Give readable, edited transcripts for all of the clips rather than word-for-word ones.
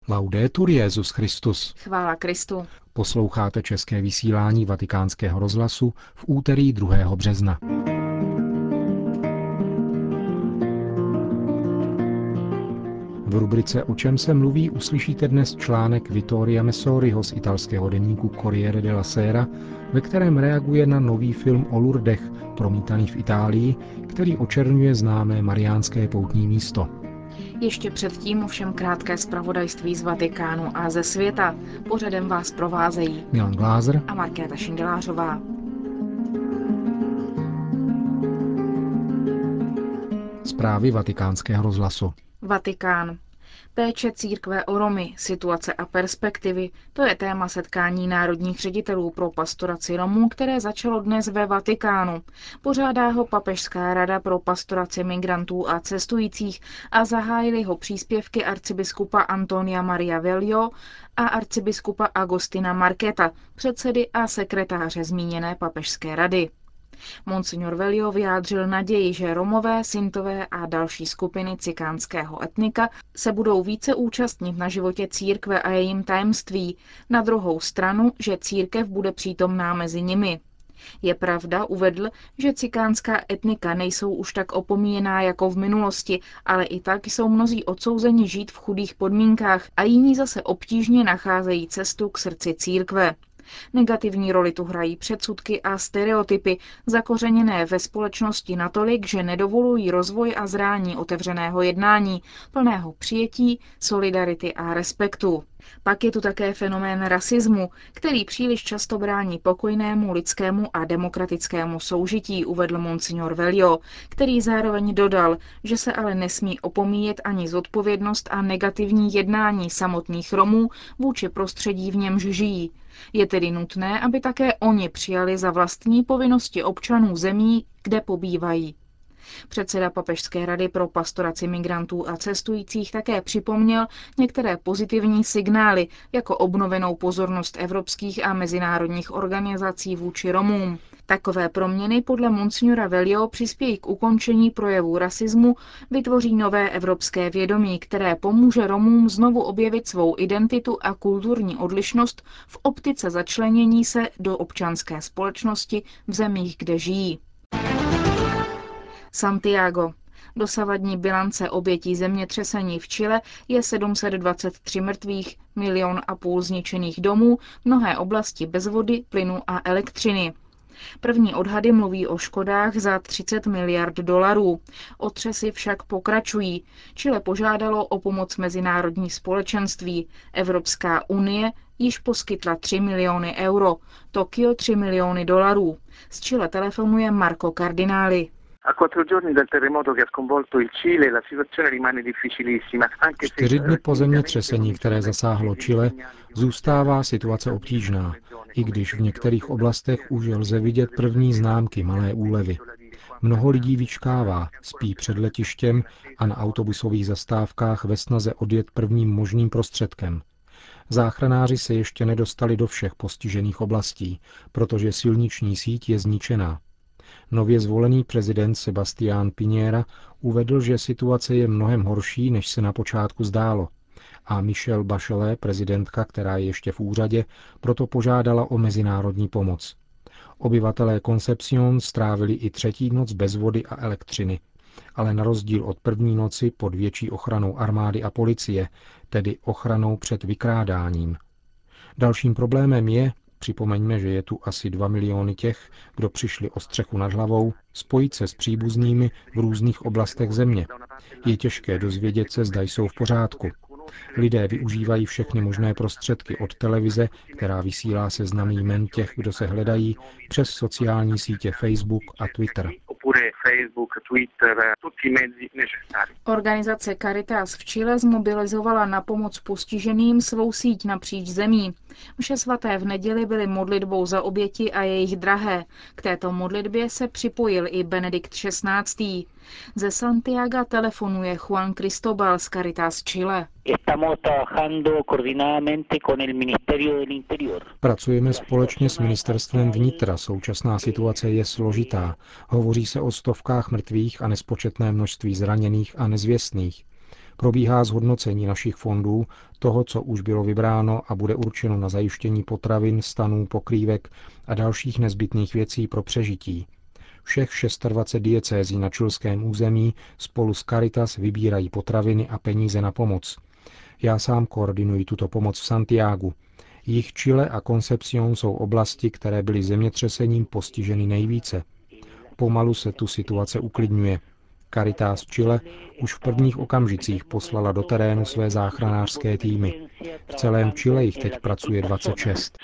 Laudetur Jesus Christus. Chvála Kristu. Posloucháte české vysílání Vatikánského rozhlasu v úterý 2. března. V rubrice O čem se mluví uslyšíte dnes článek Vittoria Messoriho z italského deníku Corriere della Sera, ve kterém reaguje na nový film o Lourdech, promítaný v Itálii, který očerňuje známé mariánské poutní místo. Ještě předtím ovšem krátké zpravodajství z Vatikánu a ze světa. Pořadem vás provázejí Milan Glázer a Markéta Šindelářová. Zprávy Vatikánského rozhlasu. Vatikán. Péče církve o Romy, situace a perspektivy, to je téma setkání národních ředitelů pro pastoraci Romů, které začalo dnes ve Vatikánu. Pořádá ho Papežská rada pro pastoraci migrantů a cestujících a zahájili ho příspěvky arcibiskupa Antonia Maria Velio a arcibiskupa Agostina Marketa, předsedy a sekretáře zmíněné Papežské rady. Monsignor Velio vyjádřil naději, že Romové, Sintové a další skupiny cikánského etnika se budou více účastnit na životě církve a jejím tajemství, na druhou stranu, že církev bude přítomná mezi nimi. Je pravda, uvedl, že cikánská etnika nejsou už tak opomíjená jako v minulosti, ale i tak jsou mnozí odsouzeni žít v chudých podmínkách a jiní zase obtížně nacházejí cestu k srdci církve. Negativní roli tu hrají předsudky a stereotypy, zakořeněné ve společnosti natolik, že nedovolují rozvoj a zrání otevřeného jednání, plného přijetí, solidarity a respektu. Pak je tu také fenomén rasismu, který příliš často brání pokojnému lidskému a demokratickému soužití, uvedl monsignor Velio, který zároveň dodal, že se ale nesmí opomíjet ani zodpovědnost a negativní jednání samotných Romů vůči prostředí, v němž žijí. Je tedy nutné, aby také oni přijali za vlastní povinnosti občanů zemí, kde pobývají. Předseda Papežské rady pro pastoraci migrantů a cestujících také připomněl některé pozitivní signály, jako obnovenou pozornost evropských a mezinárodních organizací vůči Romům. Takové proměny podle monsignora Velio přispějí k ukončení projevů rasismu, vytvoří nové evropské vědomí, které pomůže Romům znovu objevit svou identitu a kulturní odlišnost v optice začlenění se do občanské společnosti v zemích, kde žijí. Santiago. Dosavadní bilance obětí zemětřesení v Chile je 723 mrtvých, 1,5 milionu zničených domů, mnohé oblasti bez vody, plynu a elektřiny. První odhady mluví o škodách za 30 miliard dolarů. Otřesy však pokračují. Chile požádalo o pomoc mezinárodní společenství. Evropská unie již poskytla 3 miliony euro, Tokio 3 miliony dolarů. Z Chile telefonuje Marco Cardinali. A 4 giorni dal terremoto che ha sconvolto il Cile, la situazione rimane difficilissima. 4 dny po zemětřesení, které zasáhlo Chile, zůstává situace obtížná, i když v některých oblastech už lze vidět první známky malé úlevy. Mnoho lidí vyčkává, spí před letištěm a na autobusových zastávkách ve snaze odjet prvním možným prostředkem. Záchranáři se ještě nedostali do všech postižených oblastí, protože silniční síť je zničená. Nově zvolený prezident Sebastián Piñera uvedl, že situace je mnohem horší, než se na počátku zdálo. A Michelle Bachelet, prezidentka, která je ještě v úřadě, proto požádala o mezinárodní pomoc. Obyvatelé Concepción strávili i třetí noc bez vody a elektřiny, ale na rozdíl od první noci pod větší ochranou armády a policie, tedy ochranou před vykrádáním. Dalším problémem je, připomeňme, že je tu asi 2 miliony těch, kdo přišli o střechu nad hlavou, spojit se s příbuznými v různých oblastech země. Je těžké dozvědět se, zda jsou v pořádku. Lidé využívají všechny možné prostředky od televize, která vysílá seznamy jmen těch, kdo se hledají, přes sociální sítě Facebook a Twitter. Organizace Caritas v Chile zmobilizovala na pomoc postiženým svou síť napříč zemí. Mše svaté v neděli byly modlitbou za oběti a jejich drahé. K této modlitbě se připojil i Benedikt XVI. Ze Santiaga telefonuje Juan Cristobal z Caritas Chile. Pracujeme společně s ministerstvem vnitra, současná situace je složitá. Hovoří se o stovkách mrtvých a nespočetné množství zraněných a nezvěstných. Probíhá zhodnocení našich fondů, toho, co už bylo vybráno a bude určeno na zajištění potravin, stanů, pokrývek a dalších nezbytných věcí pro přežití. Všech 26 diecézí na chilském území spolu s Caritas vybírají potraviny a peníze na pomoc. Já sám koordinuji tuto pomoc v Santiagu. Jih Chile a Concepción jsou oblasti, které byly zemětřesením postiženy nejvíce. Pomalu se tu situace uklidňuje. Caritas Chile už v prvních okamžicích poslala do terénu své záchranářské týmy. V celém Chile jich teď pracuje 26.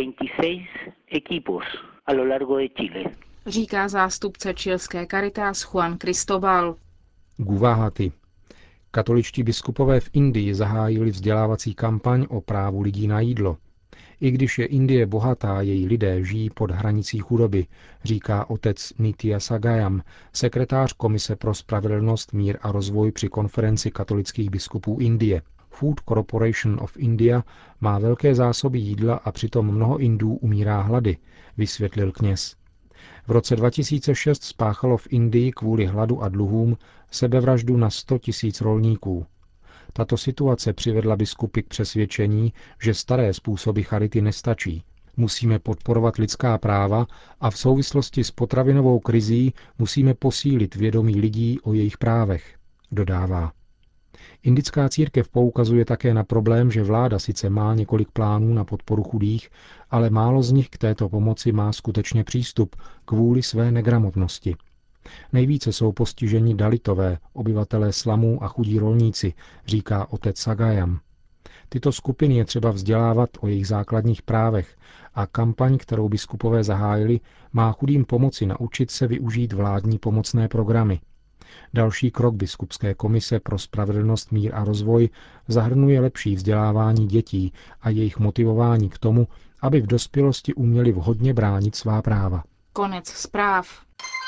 Říká zástupce chilské Caritas Juan Cristobal. Guwahati. Katoličtí biskupové v Indii zahájili vzdělávací kampaň o právu lidí na jídlo. I když je Indie bohatá, její lidé žijí pod hranicí chudoby, říká otec Nitya Sagayam, sekretář Komise pro spravedlnost, mír a rozvoj při konferenci katolických biskupů Indie. Food Corporation of India má velké zásoby jídla a přitom mnoho Indů umírá hlady, vysvětlil kněz. V roce 2006 spáchalo v Indii kvůli hladu a dluhům sebevraždu na 100 000 rolníků. Tato situace přivedla biskupy k přesvědčení, že staré způsoby charity nestačí. Musíme podporovat lidská práva a v souvislosti s potravinovou krizí musíme posílit vědomí lidí o jejich právech, dodává. Indická církev poukazuje také na problém, že vláda sice má několik plánů na podporu chudých, ale málo z nich k této pomoci má skutečně přístup kvůli své negramotnosti. Nejvíce jsou postiženi dalitové, obyvatelé slamů a chudí rolníci, říká otec Sagayam. Tyto skupiny je třeba vzdělávat o jejich základních právech a kampaň, kterou biskupové zahájili, má chudým pomoci naučit se využít vládní pomocné programy. Další krok biskupské komise pro spravedlnost, mír a rozvoj zahrnuje lepší vzdělávání dětí a jejich motivování k tomu, aby v dospělosti uměli vhodně bránit svá práva. Konec zpráv.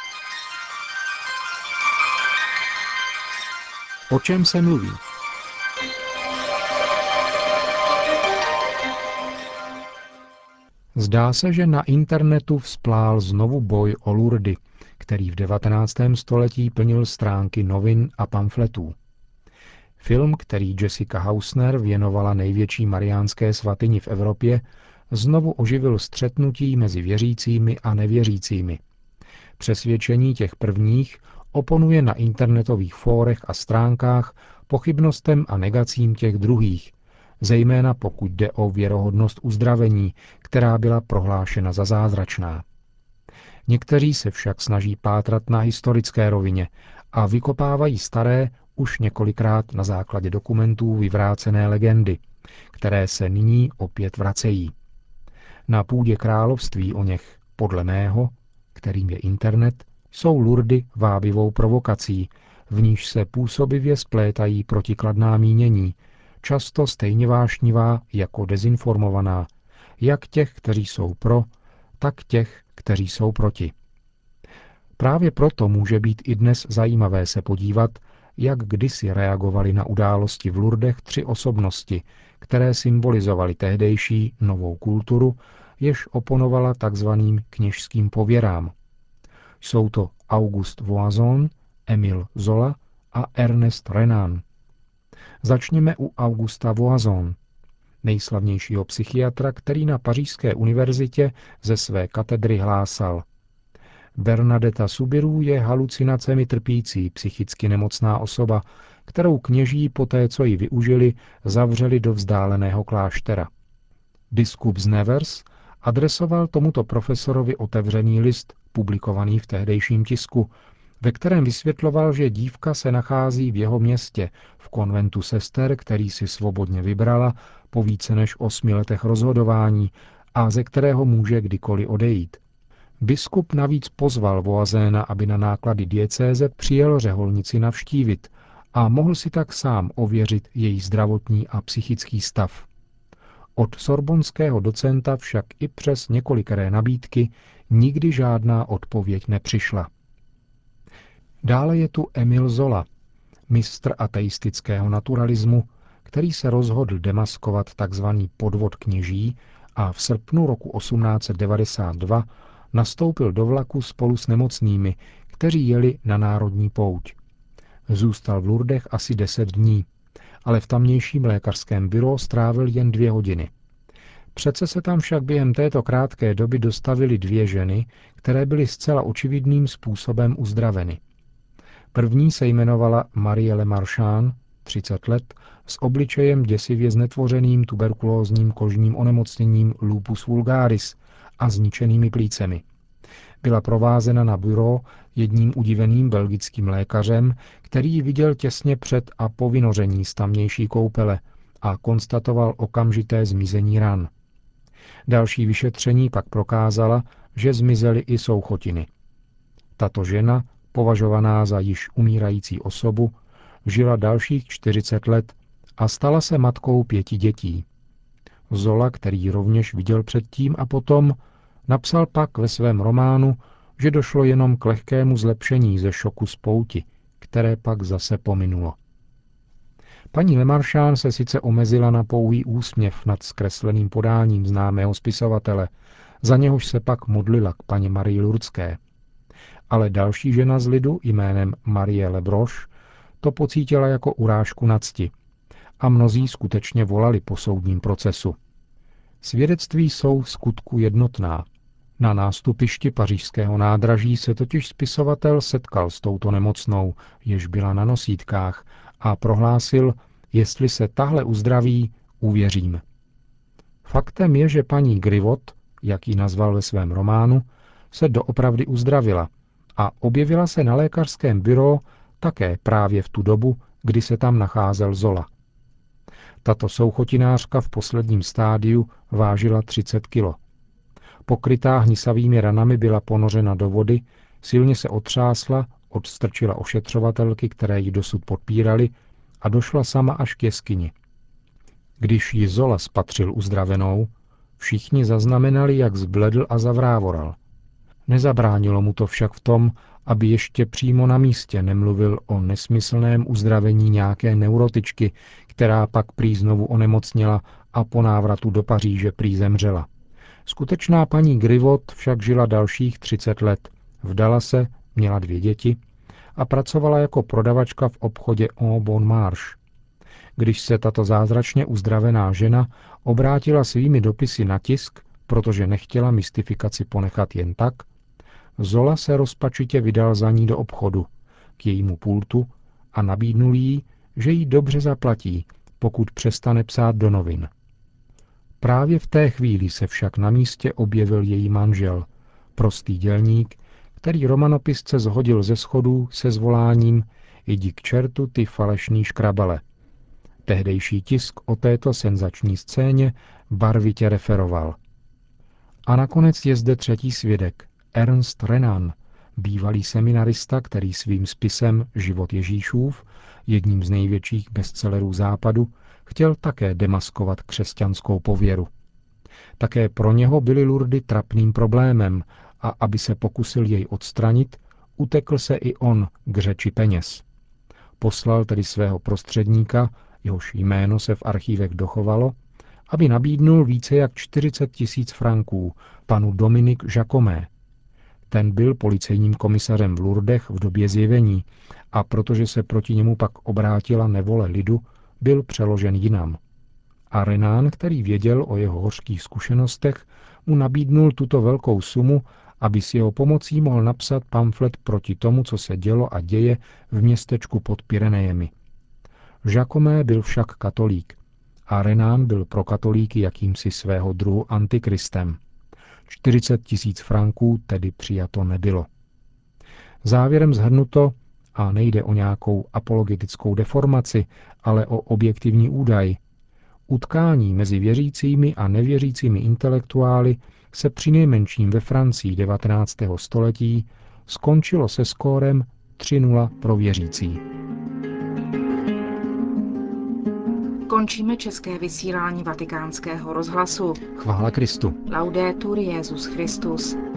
O čem se mluví? Zdá se, že na internetu vzplál znovu boj o Lurdy, který v 19. století plnil stránky novin a pamfletů. Film, který Jessica Hausner věnovala největší mariánské svatyni v Evropě, znovu oživil střetnutí mezi věřícími a nevěřícími. Přesvědčení těch prvních oponuje na internetových fórech a stránkách pochybnostem a negacím těch druhých, zejména pokud jde o věrohodnost uzdravení, která byla prohlášena za zázračná. Někteří se však snaží pátrat na historické rovině a vykopávají staré, už několikrát na základě dokumentů vyvrácené legendy, které se nyní opět vracejí. Na půdě království o něch, podle mého, kterým je internet, jsou Lurdy vábivou provokací, v níž se působivě splétají protikladná mínění, často stejně vášnivá jako dezinformovaná, jak těch, kteří jsou pro, tak těch, kteří jsou proti. Právě proto může být i dnes zajímavé se podívat, jak kdysi reagovaly na události v Lurdech 3 osobnosti, které symbolizovaly tehdejší novou kulturu, jež oponovala takzvaným kněžským pověrám. Jsou to Auguste Voison, Émile Zola a Ernest Renan. Začněme u Augusta Voison, nejslavnějšího psychiatra, který na Pařížské univerzitě ze své katedry hlásal: Bernadetta Soubirous je halucinacemi trpící psychicky nemocná osoba, kterou kněží poté, co ji využili, zavřeli do vzdáleného kláštera. Biskup z Nevers adresoval tomuto profesorovi otevřený list, publikovaný v tehdejším tisku, ve kterém vysvětloval, že dívka se nachází v jeho městě, v konventu sester, který si svobodně vybrala po více než 8 letech rozhodování a ze kterého může kdykoliv odejít. Biskup navíc pozval Voiséna, aby na náklady diecéze přijel řeholnici navštívit a mohl si tak sám ověřit její zdravotní a psychický stav. Od sorbonského docenta však i přes několikeré nabídky nikdy žádná odpověď nepřišla. Dále je tu Émile Zola, mistr ateistického naturalismu, který se rozhodl demaskovat tzv. Podvod kněží a v srpnu roku 1892 nastoupil do vlaku spolu s nemocnými, kteří jeli na národní pouť. Zůstal v Lurdech asi 10 dní. ale v tamnějším lékařském byrou strávil jen 2 hodiny. Přece se tam však během této krátké doby dostavily 2 ženy, které byly zcela očividným způsobem uzdraveny. První se jmenovala Marie Le Marchand, 30 let, s obličejem děsivě znetvořeným tuberkulózním kožním onemocněním lupus vulgaris a zničenými plícemi. Byla provázena na bureau jedním udiveným belgickým lékařem, který ji viděl těsně před a po vynoření z tamnější koupele a konstatoval okamžité zmizení ran. Další vyšetření pak prokázala, že zmizely i souchotiny. Tato žena, považovaná za již umírající osobu, žila dalších 40 let a stala se matkou 5 dětí. Zola, který rovněž viděl předtím a potom, napsal pak ve svém románu, že došlo jenom k lehkému zlepšení ze šoku z pouti, které pak zase pominulo. Paní Le Marchand se sice omezila na pouhý úsměv nad zkresleným podáním známého spisovatele, za něhož se pak modlila k paní Marii Lurdské. Ale další žena z lidu jménem Marie Le Broche to pocítila jako urážku na cti a mnozí skutečně volali po soudním procesu. Svědectví jsou vskutku jednotná. Na nástupišti pařížského nádraží se totiž spisovatel setkal s touto nemocnou, jež byla na nosítkách, a prohlásil, jestli se tahle uzdraví, uvěřím. Faktem je, že paní Griveaux, jak ji nazval ve svém románu, se doopravdy uzdravila a objevila se na lékařském byrou také právě v tu dobu, kdy se tam nacházel Zola. Tato souchotinářka v posledním stádiu vážila 30 kilo. Pokrytá hnisavými ranami byla ponořena do vody, silně se otřásla, odstrčila ošetřovatelky, které ji dosud podpírali, a došla sama až k jeskyni. Když ji Zola spatřil uzdravenou, všichni zaznamenali, jak zbledl a zavrávoral. Nezabránilo mu to však v tom, aby ještě přímo na místě nemluvil o nesmyslném uzdravení nějaké neurotičky, která pak prý znovu onemocněla a po návratu do Paříže prý zemřela. Skutečná paní Griveaux však žila dalších 30 let, vdala se, měla 2 děti a pracovala jako prodavačka v obchodě Au Bon Marché. Když se tato zázračně uzdravená žena obrátila svými dopisy na tisk, protože nechtěla mystifikaci ponechat jen tak, Zola se rozpačitě vydal za ní do obchodu, k jejímu pultu, a nabídnul jí, že jí dobře zaplatí, pokud přestane psát do novin. Právě v té chvíli se však na místě objevil její manžel, prostý dělník, který romanopisce zhodil ze schodů se zvoláním "Jdi k čertu, ty falešný škrabale". Tehdejší tisk o této senzační scéně barvitě referoval. A nakonec je zde třetí svědek, Ernst Renan, bývalý seminarista, který svým spisem Život Ježíšův, jedním z největších bestsellerů západu, chtěl také demaskovat křesťanskou pověru. Také pro něho byly Lurdy trapným problémem a aby se pokusil jej odstranit, utekl se i on k řeči peněz. Poslal tedy svého prostředníka, jehož jméno se v archívech dochovalo, aby nabídnul více jak 40 000 franků panu Dominique Jacomé. Ten byl policejním komisařem v Lourdech v době zjevení a protože se proti němu pak obrátila nevole lidu, byl přeložen jinam. A Renan, který věděl o jeho hořkých zkušenostech, mu nabídnul tuto velkou sumu, aby s jeho pomocí mohl napsat pamflet proti tomu, co se dělo a děje v městečku pod Pyrenejemi. Jacomé byl však katolík a Renan byl pro katolíky jakýmsi svého druhu antikristem. 40 000 franků tedy přijato nebylo. Závěrem shrnuto, a nejde o nějakou apologetickou deformaci, ale o objektivní údaj, utkání mezi věřícími a nevěřícími intelektuály se přinejmenším ve Francii 19. století skončilo se skórem 3:0 pro věřící. Končíme české vysílání Vatikánského rozhlasu. Chvála Kristu. Laudetur Jesus Christus.